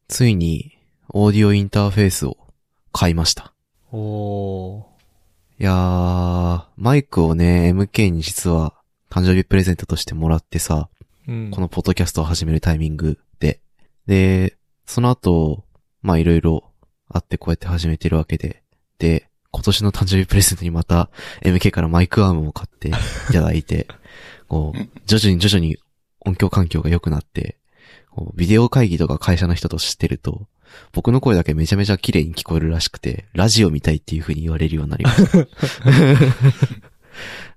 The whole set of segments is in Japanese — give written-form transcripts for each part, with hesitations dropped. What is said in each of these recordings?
ついにオーディオインターフェースを買いました。 おー。 いやー、マイクをね、MK に実は誕生日プレゼントとしてもらってさ、 うん。 このポッドキャストを始めるタイミングで。で、その後、まあいろいろあってこうやって始めてるわけで。で、今年の誕生日プレゼントにまた MK からマイクアームを買っていただいて、こう、徐々に音響環境が良くなって、こうビデオ会議とか会社の人としてると、僕の声だけめちゃめちゃ綺麗に聞こえるらしくて、ラジオみたいっていう風に言われるようになりました。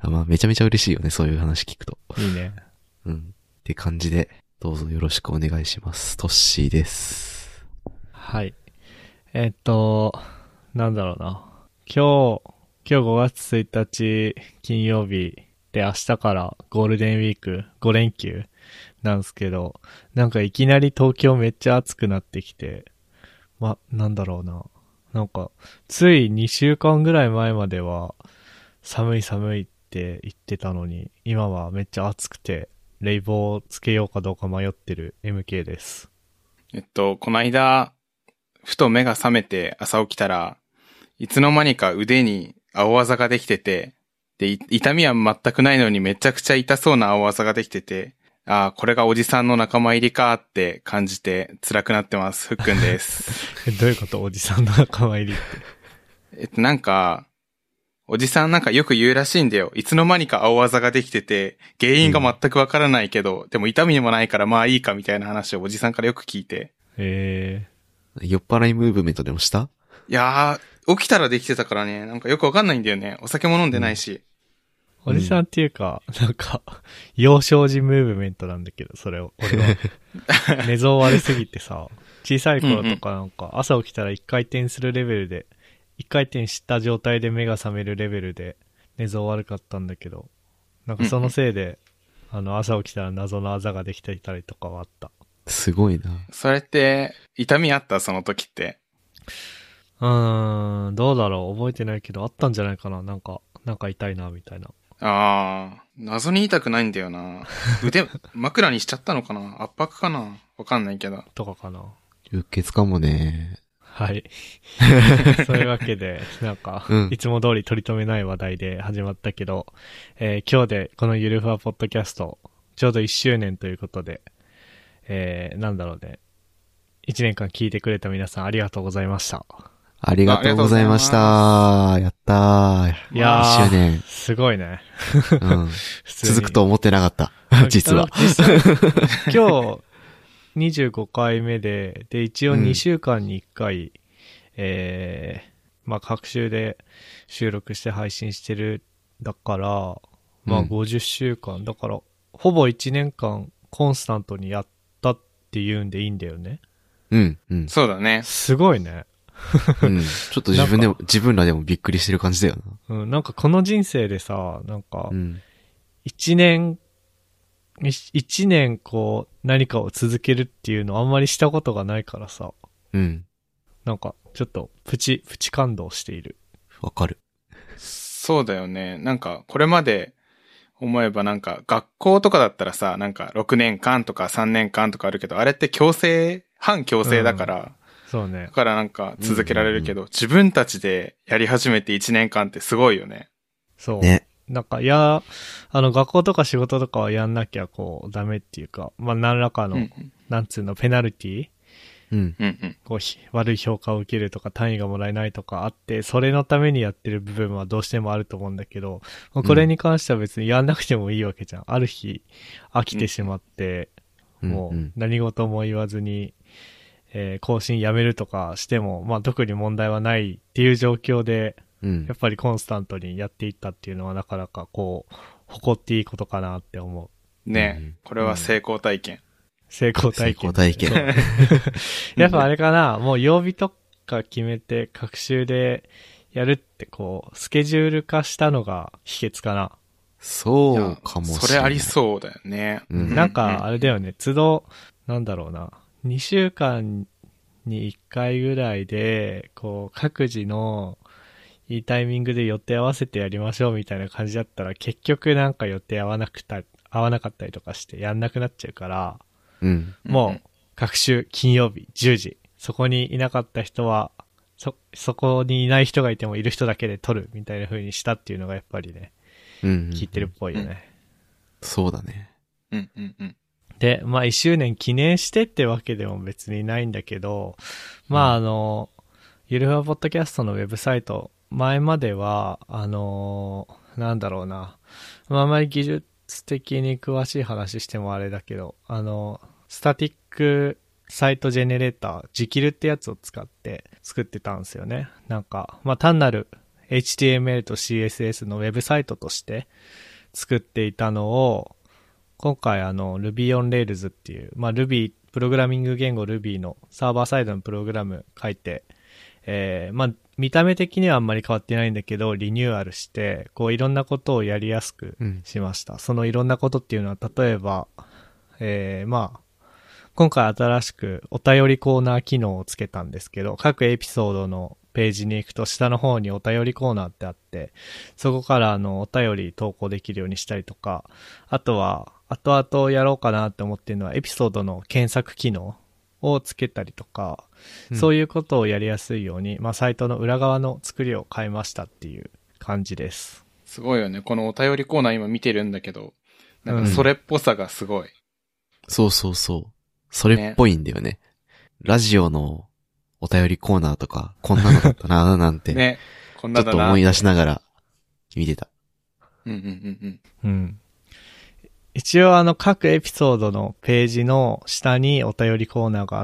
まあめちゃめちゃ嬉しいよね、そういう話聞くと。 いいね。 うん。って感じで、どうぞよろしくお願いします。トッシーです。 はい。なんだろうな。今日5月1日金曜日で明日からゴールデンウィーク5連休なんですけど、なんかいきなり東京めっちゃ暑くなってきて、なんだろうな。なんか、つい2週間ぐらい前までは寒いって言ってたのに、今はめっちゃ暑くて、冷房つけようかどうか迷ってる MK です。 この間、ふと目が覚めて朝起きたら、いつの間にか腕に青あざができてて、で、痛みは全くないのにめちゃくちゃ痛そうな青あざができてて、ああ、これがおじさんの仲間入りかって感じて辛くなってます。ふっくんです。 どういうことおじさんの仲間入りって。 なんか、おじさんなんかよく言うらしいんだよ。いつの間にか青あざができてて、原因が全くわからないけど、でも痛みもないからまあいいかみたいな話をおじさんからよく聞いて。 酔っ払いムーブメントでもした？ いやー、起きたらできてたからね、なんかよくわかんないんだよね。お酒も飲んでないし。 おじさんっていうか、なんか、幼少時ムーブメントなんだけど、それを、俺は。寝相悪すぎてさ、小さい頃とかなんか、朝起きたら一回転するレベルで、一回転した状態で目が覚めるレベルで、寝相悪かったんだけど、なんかそのせいで、朝起きたら謎のあざができていたりとかはあった。 すごいな。 それって、痛みあったその時って。 どうだろう覚えてないけど、あったんじゃないかななんか痛いな、みたいな。 ああ、謎に痛くないんだよな。腕、枕にしちゃったのかな圧迫かなわかんないけど。 とかかな。 うっ血かもね。 はい。そういうわけで、なんか、いつも通り取り留めない話題で始まったけど、今日でこのゆるふわポッドキャスト、ちょうど1周年ということで、なんだろうね。1年間聞いてくれた皆さんありがとうございました。 ありがとうございました。やったー。 いやー、 1周年。 すごいね。 うん。続くと思ってなかった。実は。 今日、25回目で、一応2週間に1回、各週で収録して配信してる、だから、50週間、だから、ほぼ1年間コンスタントにやったっていうんでいいんだよね。 うん、うん。 そうだね。 すごいね。 うん。ちょっと自分らでもびっくりしてる感じだよな。うん、なんかこの人生でさ、なんか、1年こう何かを続けるっていうのあんまりしたことがないからさ。 うん。 なんかちょっとプチ感動している。 わかる。 そうだよね。なんかこれまで思えばなんか学校とかだったらさ、なんか6年間とか3年間とかあるけど、あれって反強制だから、 そうね。 だからなんか続けられるけど、自分たちでやり始めて1年間ってすごいよね。 そう。 ね。 なんか、学校とか仕事とかはやんなきゃこうダメっていうか、何らかの、なんつうの、ペナルティこう、悪い評価を受けるとか単位がもらえないとかあって、それのためにやってる部分はどうしてもあると思うんだけど、これに関しては別にやんなくてもいいわけじゃん。ある日、飽きてしまって、もう何事も言わずに、更新やめるとかしても、特に問題はないっていう状況で、やっぱりコンスタントにやっていったっていうのはなかなかこう、誇っていいことかなって思う。 ね、これは成功体験。 成功体験。 やっぱあれかな、もう曜日とか決めて、各週でやるってこう、スケジュール化したのが秘訣かな。 そうかもしれない。 それありそうだよね。 なんか、あれだよね、なんだろうな、2週間に1回ぐらいで、こう、各自のいいタイミングで予定合わせてやりましょうみたいな感じだったら、結局なんか予定合わなかったりとかしてやんなくなっちゃうから、もう、各週金曜日10時そこにいなかった人は、そこにいない人がいてもいる人だけで撮るみたいな風にしたっていうのがやっぱりね、聞いてるっぽいよね。 そうだね。 で、まあ1周年記念してってわけでも別にないんだけど、まあゆるふわポッドキャストのウェブサイト、前までは、なんだろうな、あまり技術的に詳しい話してもあれだけど、スタティックサイトジェネレーター、ジキルってやつを使って作ってたんですよね。なんか、まあ単なる HTML と CSS のウェブサイトとして作っていたのを、今回Ruby on Rails っていう、まあ Ruby、プログラミング言語 Ruby のサーバーサイドのプログラム書いて、まあ見た目的にはあんまり変わってないんだけど、リニューアルして、こういろんなことをやりやすくしました。そのいろんなことっていうのは、例えば、まあ、今回新しくお便りコーナー機能をつけたんですけど、各エピソードのページに行くと下の方にお便りコーナーってあって、そこからお便り投稿できるようにしたりとか、あとは、後々やろうかなって思ってるのはエピソードの検索機能をつけたりとか、そういうことをやりやすいように、まあサイトの裏側の作りを変えましたっていう感じです。 すごいよね。このお便りコーナー今見てるんだけど、なんかそれっぽさがすごい。 そうそうそう。それっぽいんだよね。ラジオのお便りコーナーとか、こんなのだったなーなんて。 ね。こんなだな。 ちょっと思い出しながら見てた。 一応各エピソードのページの下にお便りコーナーがあって、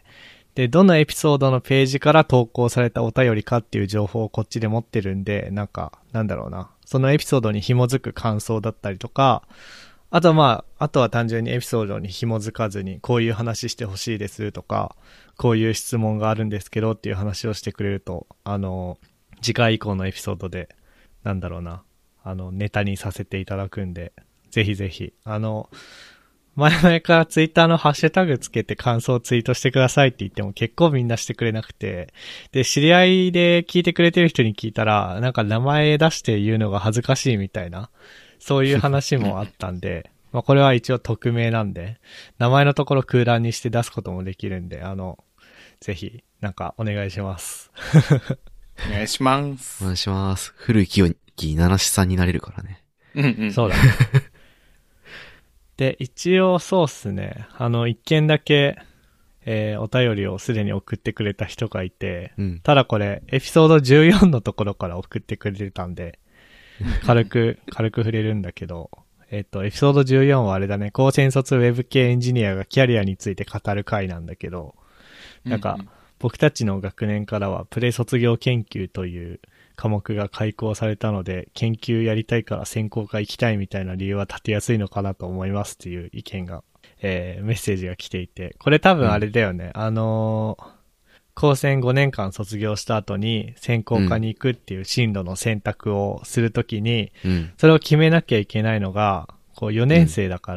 で、どのエピソードのページから投稿されたお便りかっていう情報をこっちで持ってるんで、なんだろうな。そのエピソードに紐づく感想だったりとか、あとは単純にエピソードに紐づかずに、こういう話してほしいですとか、こういう質問があるんですけどっていう話をしてくれると、次回以降のエピソードで、なんだろうな、ネタにさせていただくんで、ぜひぜひ、前々からツイッターのハッシュタグつけて感想をツイートしてくださいって言っても結構みんなしてくれなくて、で、知り合いで聞いてくれてる人に聞いたら、なんか名前出して言うのが恥ずかしいみたいな、そういう話もあったんで、まあこれは一応匿名なんで、名前のところ空欄にして出すこともできるんで、ぜひ、なんかお願いします。 お願いします。 お願いします。古い清木七七さんになれるからね。 そうだね。で、一応そうっすね。一件だけ、お便りをすでに送ってくれた人がいて、ただこれ、エピソード14のところから送ってくれてたんで、軽く触れるんだけど、エピソード14はあれだね、高専卒ウェブ系エンジニアがキャリアについて語る回なんだけど、なんか、僕たちの学年からはプレ卒業研究という科目が開講されたので、研究やりたいから専攻科行きたいみたいな理由は立てやすいのかなと思いますっていう意見が、メッセージが来ていて、これ多分あれだよね、高専5年間卒業した後に専攻科に行くっていう進路の選択をするときに、それを決めなきゃいけないのが、こう4年生だから、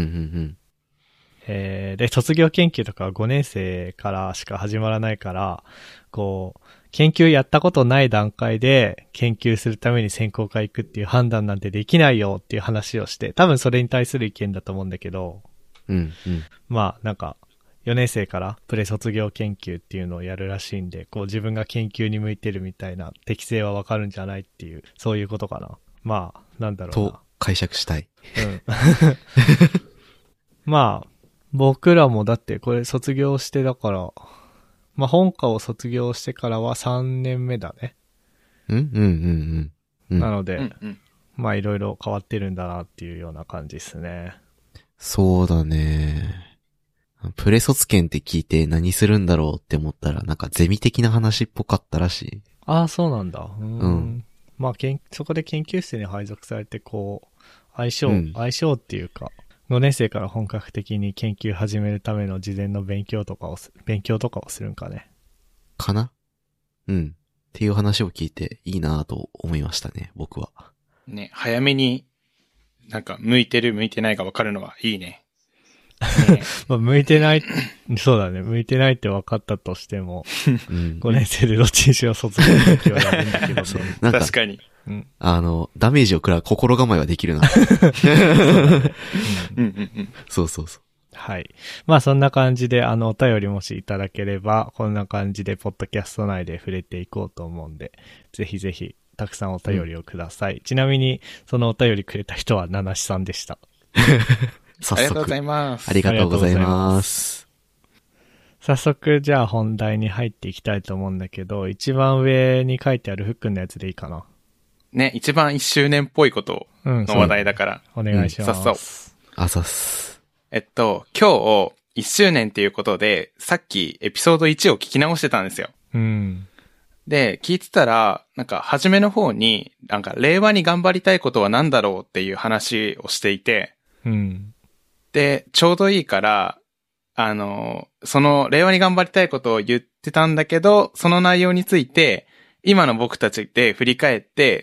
で、卒業研究とかは5年生からしか始まらないから、こう、研究やったことない段階で研究するために専攻科行くっていう判断なんてできないよっていう話をして、多分それに対する意見だと思うんだけど、まあなんか、4年生からプレ卒業研究っていうのをやるらしいんで、こう自分が研究に向いてるみたいな適性はわかるんじゃないっていう、そういうことかな。まあ、なんだろうな。 と解釈したい。 まあ、僕らもだってこれ卒業してだから、まあ本科を卒業してからは3年目だね。なので、まあいろいろ変わってるんだなっていうような感じですね。 そうだね。プレ卒検って聞いて何するんだろうって思ったらなんかゼミ的な話っぽかったらしい。 ああ、そうなんだ。まあそこで研究室に配属されてこう、相性っていうか、5年生から本格的に研究始めるための事前の勉強とかをするんかね。 かな？っていう話を聞いていいなぁと思いましたね、僕は。 ね、早めになんか向いてる向いてないが分かるのはいいね。 まあ、向いてない、そうだね。向いてないって分かったとしても、5年生でどっちにしろ卒業の時はやるんだけどね。 なんか確かに。 ダメージを食らう心構えはできるな。そうそうそう。 はい。まあそんな感じで、お便りもしいただければ、こんな感じで、ポッドキャスト内で触れていこうと思うんで、ぜひぜひ、たくさんお便りをください。ちなみに、そのお便りくれた人は、ナナシさんでした。 早速。 ありがとうございます。 ありがとうございます。 早速、じゃあ本題に入っていきたいと思うんだけど、一番上に書いてあるフックンのやつでいいかな。 ね、一番1周年っぽいことの話題だから。 お願いします。 さっそ。 あざっす。 今日、1周年っていうことで、さっきエピソード1を聞き直してたんですよ。 うん。 で、聞いてたら、なんか、初めの方に、なんか、令和に頑張りたいことは何だろうっていう話をしていて、 うん。 で、ちょうどいいから、その、令和に頑張りたいことを言ってたんだけど、その内容について、今の僕たちで振り返って、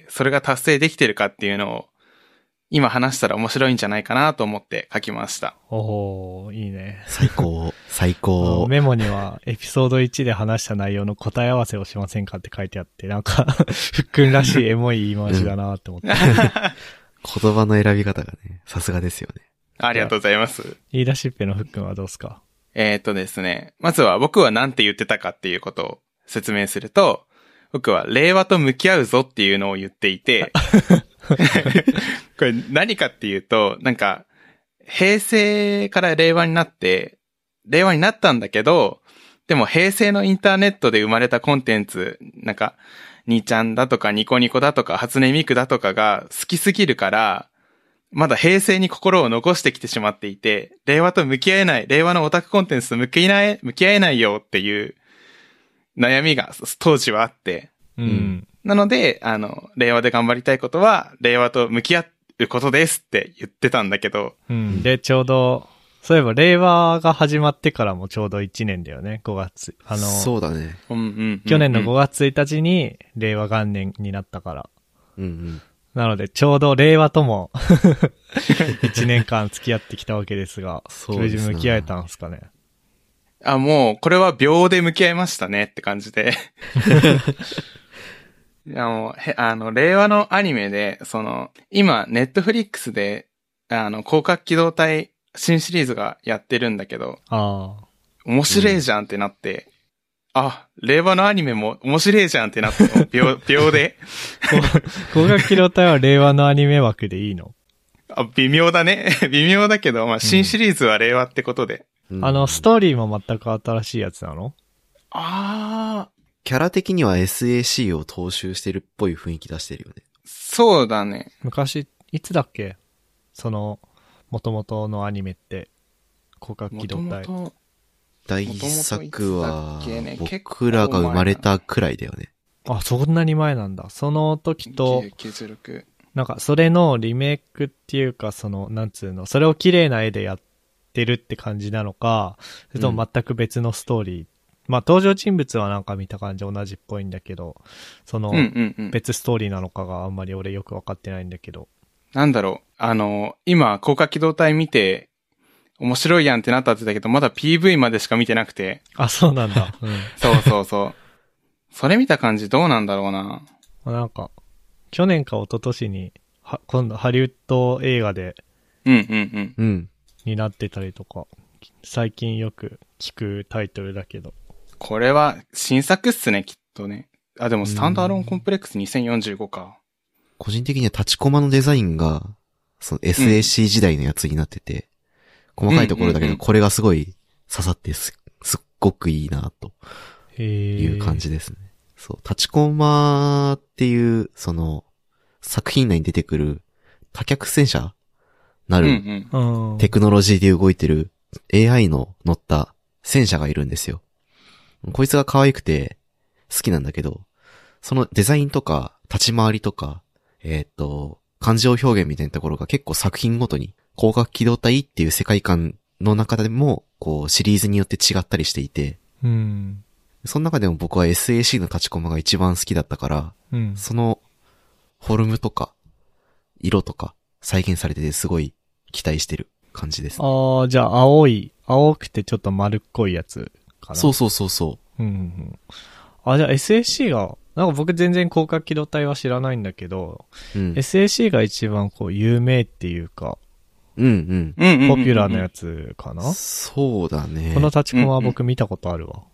それが達成できてるかっていうのを、今話したら面白いんじゃないかなと思って書きました。 おー、いいね。 最高、最高。 メモには、エピソード1で話した内容の答え合わせをしませんかって書いてあって、なんか、ふっくんらしいエモい言い回しだなって思って。 言葉の選び方がね、さすがですよね。 ありがとうございます。 言い出しっぺのふっくんはどうすか？ ですね。まずは僕は何て言ってたかっていうことを説明すると、僕は令和と向き合うぞっていうのを言っていて、これ何かっていうと、なんか、平成から令和になったんだけど、でも平成のインターネットで生まれたコンテンツ、なんか、2ちゃんだとかニコニコだとか初音ミクだとかが好きすぎるから、まだ平成に心を残してきてしまっていて、令和と向き合えない、令和のオタクコンテンツと向き合えないよっていう悩みが当時はあって、 うん。 なので、令和で頑張りたいことは、令和と向き合うことですって言ってたんだけど。 うん。で、ちょうど、そういえば、令和が始まってからもちょうど1年だよね、5月。 そうだね。 去年の5月1日に、令和元年になったから。 うんうん。 なので、ちょうど令和とも、1年間付き合ってきたわけですが、 そうですね。 向き合えたんすかね。 もう、これは秒で向き合いましたねって感じで。いやもう、令和のアニメで、今、ネットフリックスで、広角機動隊新シリーズがやってるんだけど、面白いじゃんってなって、令和のアニメも面白いじゃんってなって、秒で。 広角機動隊は令和のアニメ枠でいいの？ 微妙だね。微妙だけど、まあ、新シリーズは令和ってことで。 ストーリーも全く新しいやつなの？ キャラ的には SAC を踏襲してるっぽい雰囲気出してるよね。 そうだね。 昔、いつだっけ？元々のアニメって、広角機動隊。 第一作は、僕らが生まれたくらいだよね。 そんなに前なんだ。その時と、なんか、それのリメイクっていうか、なんつうの、それを綺麗な絵でやってるって感じなのか、それとも全く別のストーリー。まあ、登場人物はなんか見た感じ同じっぽいんだけど、別ストーリーなのかがあんまり俺よくわかってないんだけど。 なんだろう、今、広角機動隊見て、面白いやんってなったってだけど、まだ PV までしか見てなくて。 そうなんだ。うん。 そう。それ見た感じどうなんだろうな。 なんか、去年か一昨年に、今度ハリウッド映画で、になってたりとか、最近よく聞くタイトルだけど。 これは新作っすね、きっとね。でもスタンドアローンコンプレックス2045か。 個人的には立ちコマのデザインが、SAC 時代のやつになってて、細かいところだけど、これがすごい刺さってすっごくいいな、という感じですね。そう、立ちコマっていう、作品内に出てくる多脚戦車なるテクノロジーで動いてる AI の乗った戦車がいるんですよ。こいつが可愛くて好きなんだけど、そのデザインとか立ち回りとか、感情表現みたいなところが結構作品ごとに広角機動隊っていう世界観の中でも、シリーズによって違ったりしていて、その中でも僕は SAC の立ちコマが一番好きだったから、そのフォルムとか色とか再現されててすごい期待してる感じですね。 じゃあ青くてちょっと丸っこいやつかな。 そう。 じゃあ SAC が、なんか僕全然広角機動隊は知らないんだけど、SAC が一番有名っていうか、 うんポピュラーなやつかな。 そうだね。 この立ちコマは僕見たことあるわ。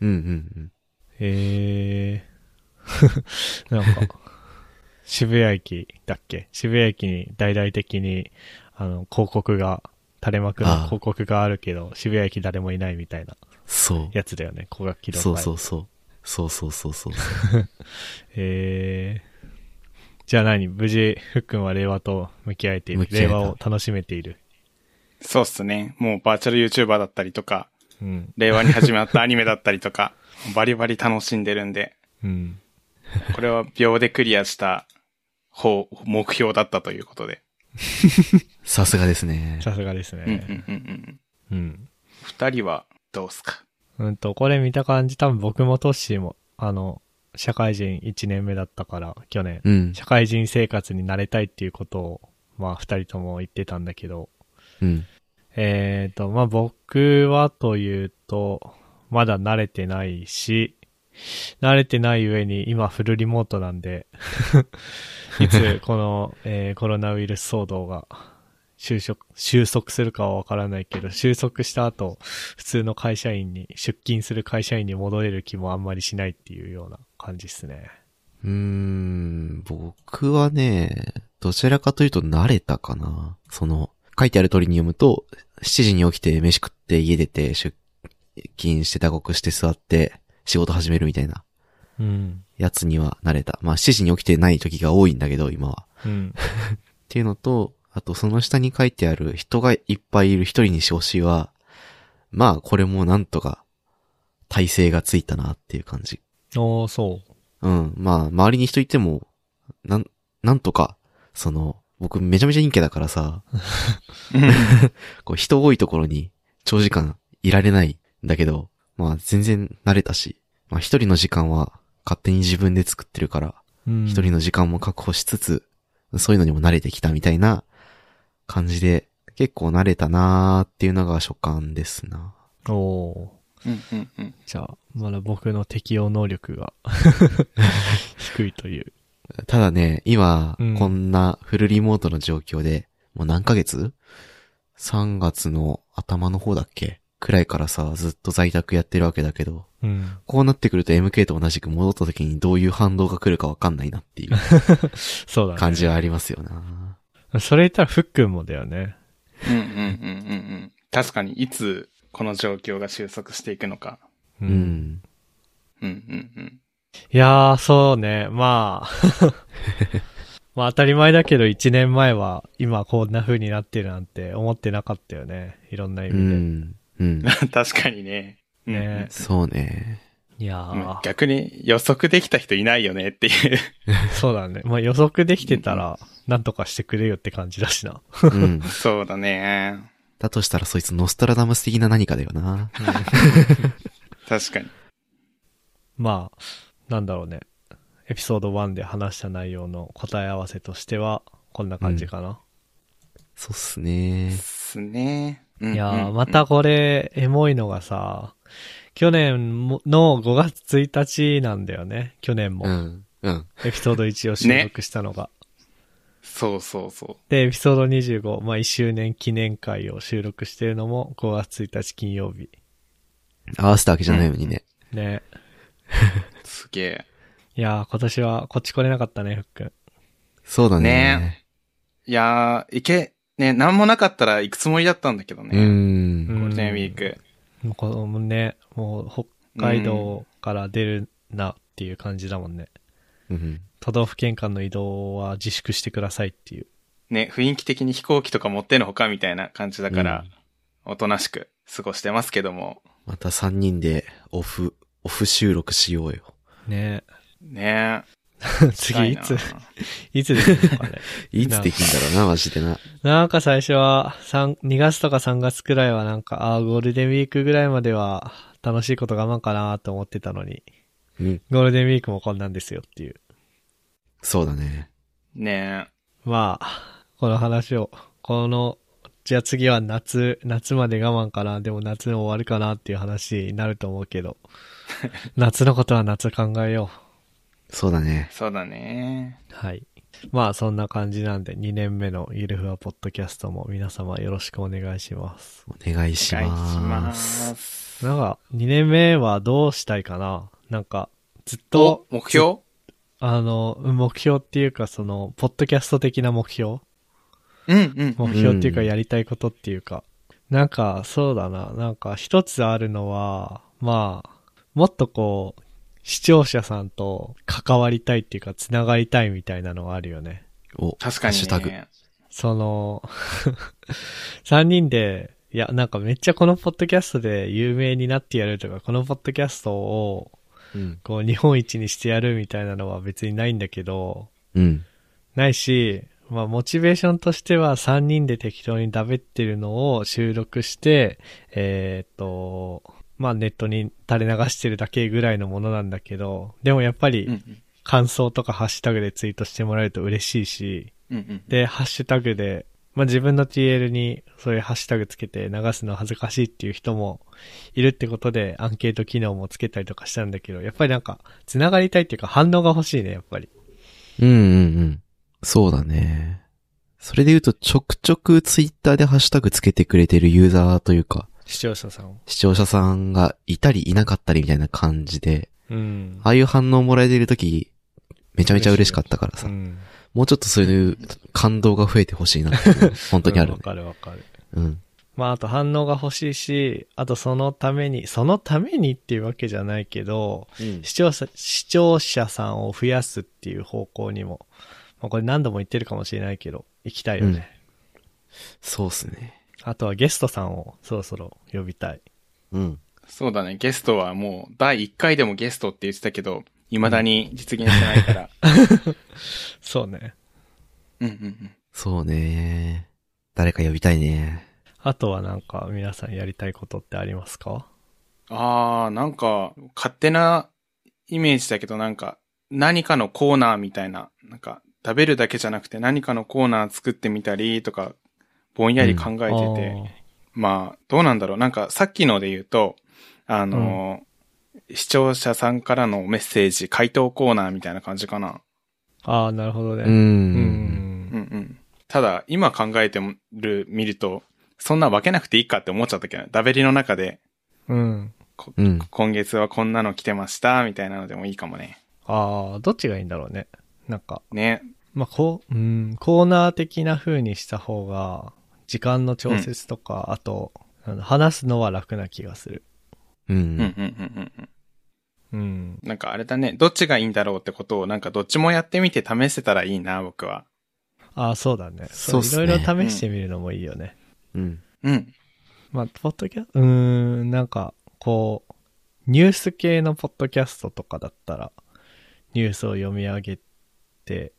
なんか、渋谷駅だっけ？渋谷駅に大々的に、広告が、垂れ幕の広告があるけど、渋谷駅誰もいないみたいな。 そう。 やつだよね、光学機動隊。 そう。 じゃあ無事、ふっくんは令和と向き合えている。令和を楽しめている。 そうっすね。もうバーチャル YouTuber だったりとか、令和に始まったアニメだったりとか、バリバリ楽しんでるんで、これは秒でクリアした目標だったということで。 さすがですね。 さすがですね。 二人はどうすか？ これ見た感じ、多分僕もトッシーも、社会人1年目だったから、去年、社会人生活に慣れたいっていうことを、二人とも言ってたんだけど、僕はというと、まだ慣れてないし、慣れてない上に今フルリモートなんで、いつこの、コロナウイルス騒動が収束するかはわからないけど、収束した後、普通の会社員に、出勤する会社員に戻れる気もあんまりしないっていうような感じですね。 僕はね、どちらかというと慣れたかな。書いてある通りに読むと、7時に起きて飯食って家出て出勤して打刻して座って仕事始めるみたいな。やつには慣れた。7時に起きてない時が多いんだけど、今は。っていうのと、あとその下に書いてある人がいっぱいいる一人にしてほしいは、これもなんとか体制がついたなっていう感じ。 そう。 周りに人いても、なんとか、僕めちゃめちゃ陰キャだからさ、こう人多いところに長時間いられないんだけど、全然慣れたし、一人の時間は勝手に自分で作ってるから、一人の時間も確保しつつ、そういうのにも慣れてきたみたいな感じで、結構慣れたなーっていうのが所感ですな。 じゃあ、まだ僕の適応能力が低いという。 ただね、今、こんなフルリモートの状況で、もう何ヶ月 ?3 月の頭の方だっけくらいからさ、ずっと在宅やってるわけだけど、こうなってくると MK と同じく戻った時にどういう反動が来るかわかんないなっていうそうだね。 感じはありますよな。 それ言ったらふっくんもだよね。 確かにいつこの状況が収束していくのか。 いやー、そうね。当たり前だけど1年前は今こんな風になってるなんて思ってなかったよね。いろんな意味で。 確かにね。 そうね。 いやー。 逆に予測できた人いないよねっていう。 そうだね。予測できてたらなんとかしてくれよって感じだしな。 そうだね。 だとしたらそいつノストラダムス的な何かだよな。 確かに。 なんだろうね。エピソード1で話した内容の答え合わせとしては、こんな感じかな。 そうっすね。 いやー、またこれ、エモいのがさ、去年の5月1日なんだよね。去年も。エピソード1を収録したのが。 そう。 で、エピソード25、1周年記念会を収録してるのも5月1日金曜日。 合わせたわけじゃないのにね。 ね。 すげえ。 いやー、今年はこっち来れなかったね、ふっくん。 そうだね。 いやー、なんもなかったら行くつもりだったんだけどね。ゴールデンウィーク。 もう北海道から出るなっていう感じだもんね。都道府県間の移動は自粛してくださいっていう。 ね、雰囲気的に飛行機とか持ってのほかみたいな感じだから、おとなしく過ごしてますけども。 また3人でオフ収録しようよ。 ね次いつできるのかね。 いつできんだろうな、マジでな。 なんか最初は2月とか3月くらいはゴールデンウィークぐらいまでは楽しいこと我慢かなと思ってたのに、ゴールデンウィークもこんなんですよっていう。 そうだね。 この話を、じゃあ次は夏まで我慢かな、でも夏も終わるかなっていう話になると思うけど、夏のことは夏考えよう。そうだね。 そうだね。 はい。 まあそんな感じなんで、2年目のゆるふわポッドキャストも皆様よろしくお願いします。 お願いします。 お願いします。 なんか、2年目はどうしたいかな？なんか、ずっと。 目標？ 目標っていうか、その、ポッドキャスト的な目標？ 目標っていうか、やりたいことっていうか。なんか、そうだな。なんか、一つあるのは、まあ、もっとこう、視聴者さんと関わりたいっていうか、つながりたいみたいなのはあるよね。 確かにね。ハッシュタグ。 その、3人で、いや、なんかめっちゃこのポッドキャストで有名になってやるとか、このポッドキャストを、こう日本一にしてやるみたいなのは別にないんだけど、ないし、まあモチベーションとしては3人で適当にだべってるのを収録して、まあネットに垂れ流してるだけぐらいのものなんだけど、でもやっぱり感想とかハッシュタグでツイートしてもらえると嬉しいし、で、ハッシュタグで、まあ自分の TL にそういうハッシュタグつけて流すの恥ずかしいっていう人もいるってことでアンケート機能もつけたりとかしたんだけど、やっぱりなんか繋がりたいっていうか反応が欲しいね、やっぱり。 そうだね。それで言うとちょくちょくツイッターでハッシュタグつけてくれてるユーザーというか、視聴者さんがいたりいなかったりみたいな感じで、ああいう反応もらえてるときめちゃめちゃ嬉しかったからさ。もうちょっとそういう感動が増えてほしいなって本当にある、ね。 わかる。まああと反応が欲しいし、あとそのためにっていうわけじゃないけど、視聴者さんを増やすっていう方向にも、まあこれ何度も言ってるかもしれないけど、行きたいよね。 そうっすね。 あとはゲストさんをそろそろ呼びたい。 そうだね。ゲストはもう第1回でもゲストって言ってたけど、未だに実現してないから。 そうね。 そうね。誰か呼びたいね。 あとはなんか皆さんやりたいことってありますか？ なんか勝手なイメージだけどなんか何かのコーナーみたいな、なんか食べるだけじゃなくて何かのコーナー作ってみたりとかぼんやり考えてて、まあどうなんだろう。なんかさっきので言うと視聴者さんからのメッセージ回答コーナーみたいな感じかな。 なるほどね。 ただ今考えてみるとそんな分けなくていいかって思っちゃったけど、ダベリの中で、今月はこんなの来てましたみたいなのでもいいかもね。 どっちがいいんだろうね。なんかね。 まあコーナー的な風にした方が時間の調節とか、あと話すのは楽な気がする。 なんかあれだね、どっちがいいんだろうってことをなんかどっちもやってみて試せたらいいな、僕は。 そうだね。そうっすね。いろいろ試してみるのもいいよね。まあ、ポッドキャスト、なんか、こう、ニュース系のポッドキャストとかだったら、ニュースを読み上げて、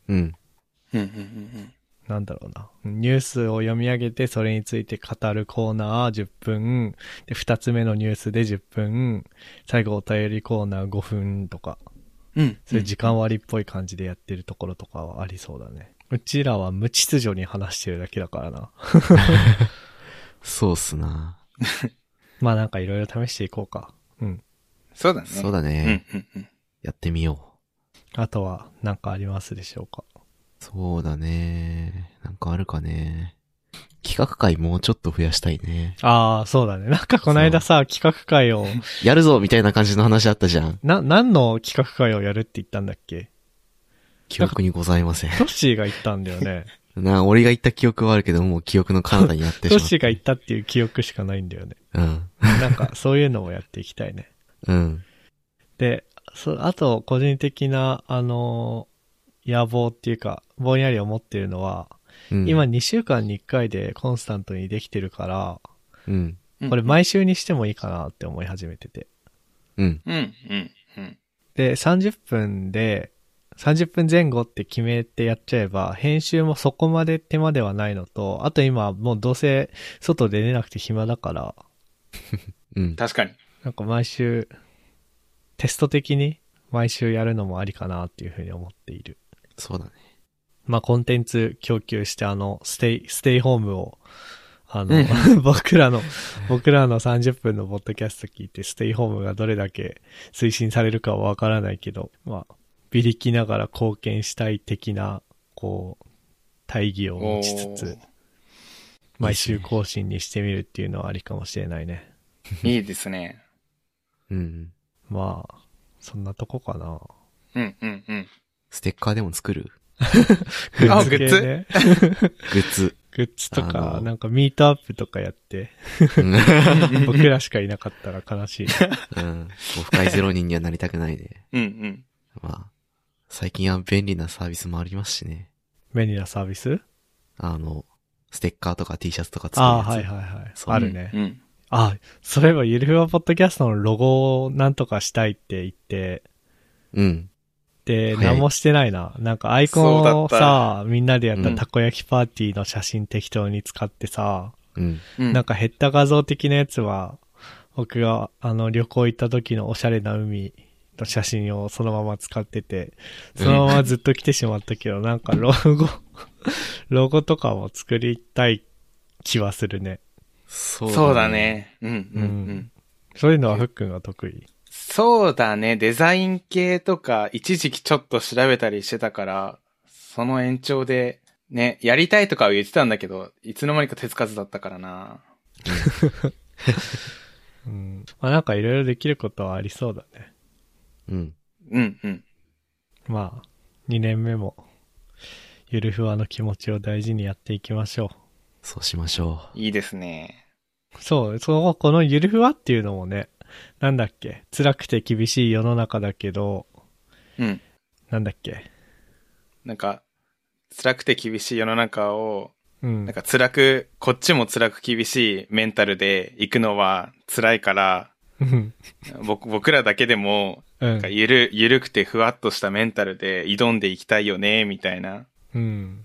なんだろうな。ニュースを読み上げて、それについて語るコーナー10分、で、2つ目のニュースで10分、最後お便りコーナー5分とか、そういう時間割っぽい感じでやってるところとかはありそうだね。うちらは無秩序に話してるだけだからな。 そうっすな。 まあなんかいろいろ試していこうか。 そうだね。 そうだね。やってみよう。あとはなんかありますでしょうか。 そうだね。なんかあるかね。企画会もうちょっと増やしたいね。 そうだね。なんかこの間さ、企画会を。 やるぞみたいな感じの話あったじゃん。 何の企画会をやるって言ったんだっけ？ 記憶にございません。 トッシーが言ったんだよね。 俺が言った記憶はあるけど、もう記憶の彼方になってしまった。 トッシーが言ったっていう記憶しかないんだよね。なんかそういうのもやっていきたいね。で、あと個人的な、野望っていうか、ぼんやり思ってるのは、今2週間に1回でコンスタントにできてるから、これ毎週にしてもいいかなって思い始めてて。で、30分前後って決めてやっちゃえば、編集もそこまで手間ではないのと、あと今もうどうせ外出れなくて暇だから、 確かに。 なんか毎週、テスト的に毎週やるのもありかなっていうふうに思っている。 そうだね。 まあコンテンツ供給してステイホームを、僕らの30分のポッドキャスト聞いてステイホームがどれだけ推進されるかはわからないけど、まあ、 微力ながら貢献したい的な、こう、大義を持ちつつ、毎週更新にしてみるっていうのはありかもしれないね。 いいですね。 うん。 まあ、そんなとこかな。 うんうんうん。 ステッカーでも作る？ あ、グッズね。 グッズ。 グッズとか、なんかミートアップとかやって、僕らしかいなかったら悲しい。 うん。オフ会0人にはなりたくないね。 うんうん。 まあ、最近は便利なサービスもありますしね。 便利なサービス？ ステッカーとか T シャツとか作るやつ。 ああ、はいはいはい。あるね。 うん。 あ、そういえばゆるふわポッドキャストのロゴをなんとかしたいって言って、 うん。 で、何もしてないな。なんかアイコンをさ、みんなでやったたこ焼きパーティーの写真適当に使ってさ、 うん。 なんか減った画像的なやつは、僕が旅行行った時のおしゃれな海の写真をそのまま使ってて、そのままずっと来てしまったけど、なんかロゴとかも作りたい気はするね。 そうだね。うんうんうん。 そういうのはふっくんが得意。 そうだね。デザイン系とか一時期ちょっと調べたりしてたから、その延長でね、やりたいとかは言ってたんだけど、いつの間にか手つかずだったからな。 うん。まあなんかいろいろできることはありそうだね。 うん。 うんうん。 まあ、2年目も、ゆるふわの気持ちを大事にやっていきましょう。 そうしましょう。いいですね。 そう、このゆるふわっていうのもね、なんだっけ、辛くて厳しい世の中だけど、 うん。 なんだっけ。 なんか、辛くて厳しい世の中を、 うん。 なんかこっちも辛く厳しいメンタルで行くのは辛いから、僕らだけでも、なんかゆるくてふわっとしたメンタルで挑んでいきたいよね、みたいな。 うん。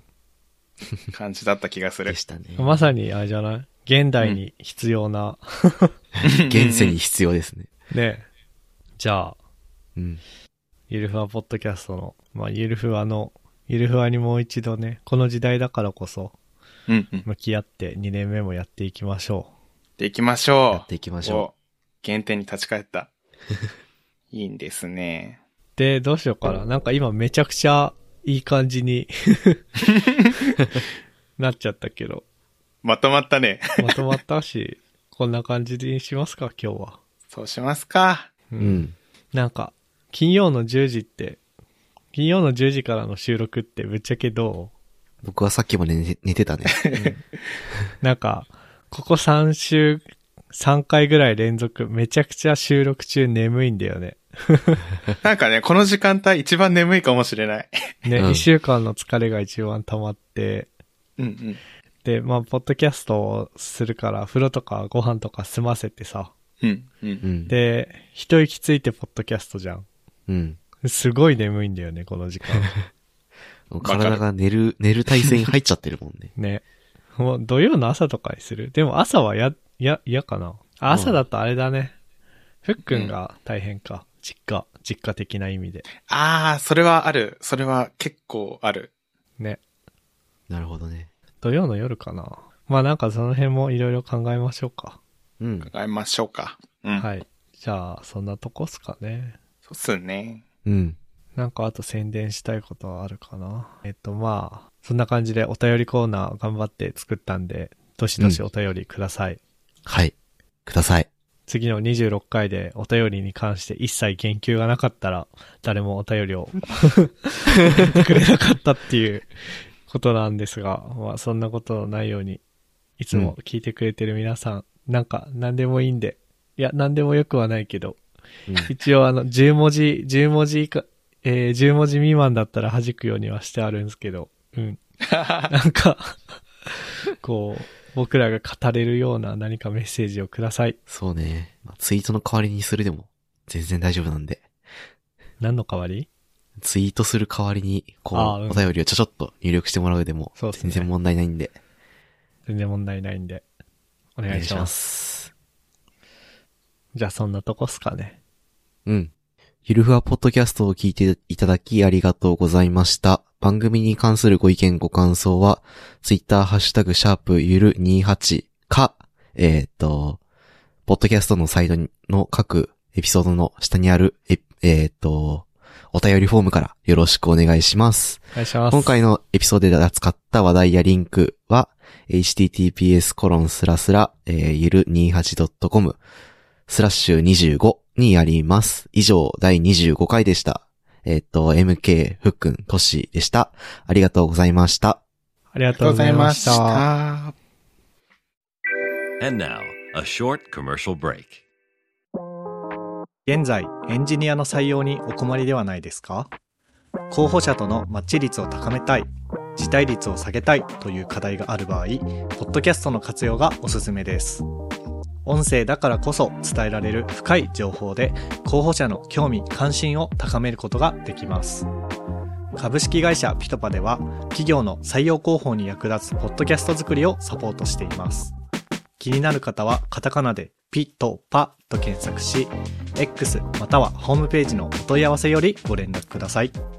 感じだった気がする。 でしたね。 まさにあれじゃない？現代に必要な、 現世に必要ですね。 ね。じゃあ、 うん。 ゆるふわポッドキャストの、まあ、ゆるふわにもう一度ね、この時代だからこそ、向き合って2年目もやっていきましょう。 やっていきましょう。 やっていきましょう。原点に立ち返った。いいんですね。 で、どうしようかな。なんか今めちゃくちゃいい感じになっちゃったけど。 まとまったね。 まとまったし、こんな感じにしますか、今日は。 そうしますか。 うん。 なんか、金曜の10時からの収録ってぶっちゃけどう？僕はさっきまで寝てたね。 なんか、ここ3回ぐらい連続、めちゃくちゃ収録中眠いんだよね。 なんかね、この時間帯一番眠いかもしれない。 ね、1週間の疲れが一番溜まって、で、まあ、ポッドキャストをするから、風呂とかご飯とか済ませてさ。で、一息ついてポッドキャストじゃん。 うん。 すごい眠いんだよね、この時間。 もう体が寝る体勢に入っちゃってるもんね。 ね。もう土曜の朝とかにする？でも朝は嫌かな。朝だとあれだね。ふっくんが大変か。実家的な意味で。 ああ、それはある。それは結構ある。 ね。 なるほどね。 土曜の夜かな。まあなんかその辺もいろいろ考えましょうか。 うん。 考えましょうか。うん。 はい。じゃあ、そんなとこっすかね。 そうっすね。 うん。 なんかあと宣伝したいことはあるかな。まあ、そんな感じでお便りコーナー頑張って作ったんで、どしどしお便りください。 はい。ください。 次の26回でお便りに関して一切言及がなかったら、誰もお便りをくれなかったっていうことなんですが、まあそんなことのないように、いつも聞いてくれてる皆さん、なんか何でもいいんで、いや何でもよくはないけど、一応10文字未満だったら弾くようにはしてあるんですけど、なんか、こう、僕らが語れるような何かメッセージをください。 そうね。ツイートの代わりにするでも、全然大丈夫なんで。 何の代わり？ ツイートする代わりに、お便りをちょっと入力してもらうでも、全然問題ないんで。 全然問題ないんで。お願いします。じゃあそんなとこっすかね。 うん。ゆるふわポッドキャストを聞いていただきありがとうございました。番組に関するご意見ご感想は、ツイッターハッシュタグ#ゆる28か、ポッドキャストのサイトの各エピソードの下にある、 お便りフォームからよろしくお願いします。 お願いします。 今回のエピソードで扱った話題やリンクは、https://ゆる28.com/25 にあります。以上、第25回でした。MK、ふっくん、としでした。ありがとうございました。 ありがとうございました。 And now, a short commercial break. 現在、エンジニアの採用にお困りではないですか？候補者とのマッチ率を高めたい、辞退率を下げたいという課題がある場合、ポッドキャストの活用がおすすめです。音声だからこそ伝えられる深い情報で、候補者の興味・関心を高めることができます。株式会社ピトパでは、企業の採用広報に役立つポッドキャスト作りをサポートしています。気になる方はカタカナでピトパと検索し、X またはホームページのお問い合わせよりご連絡ください。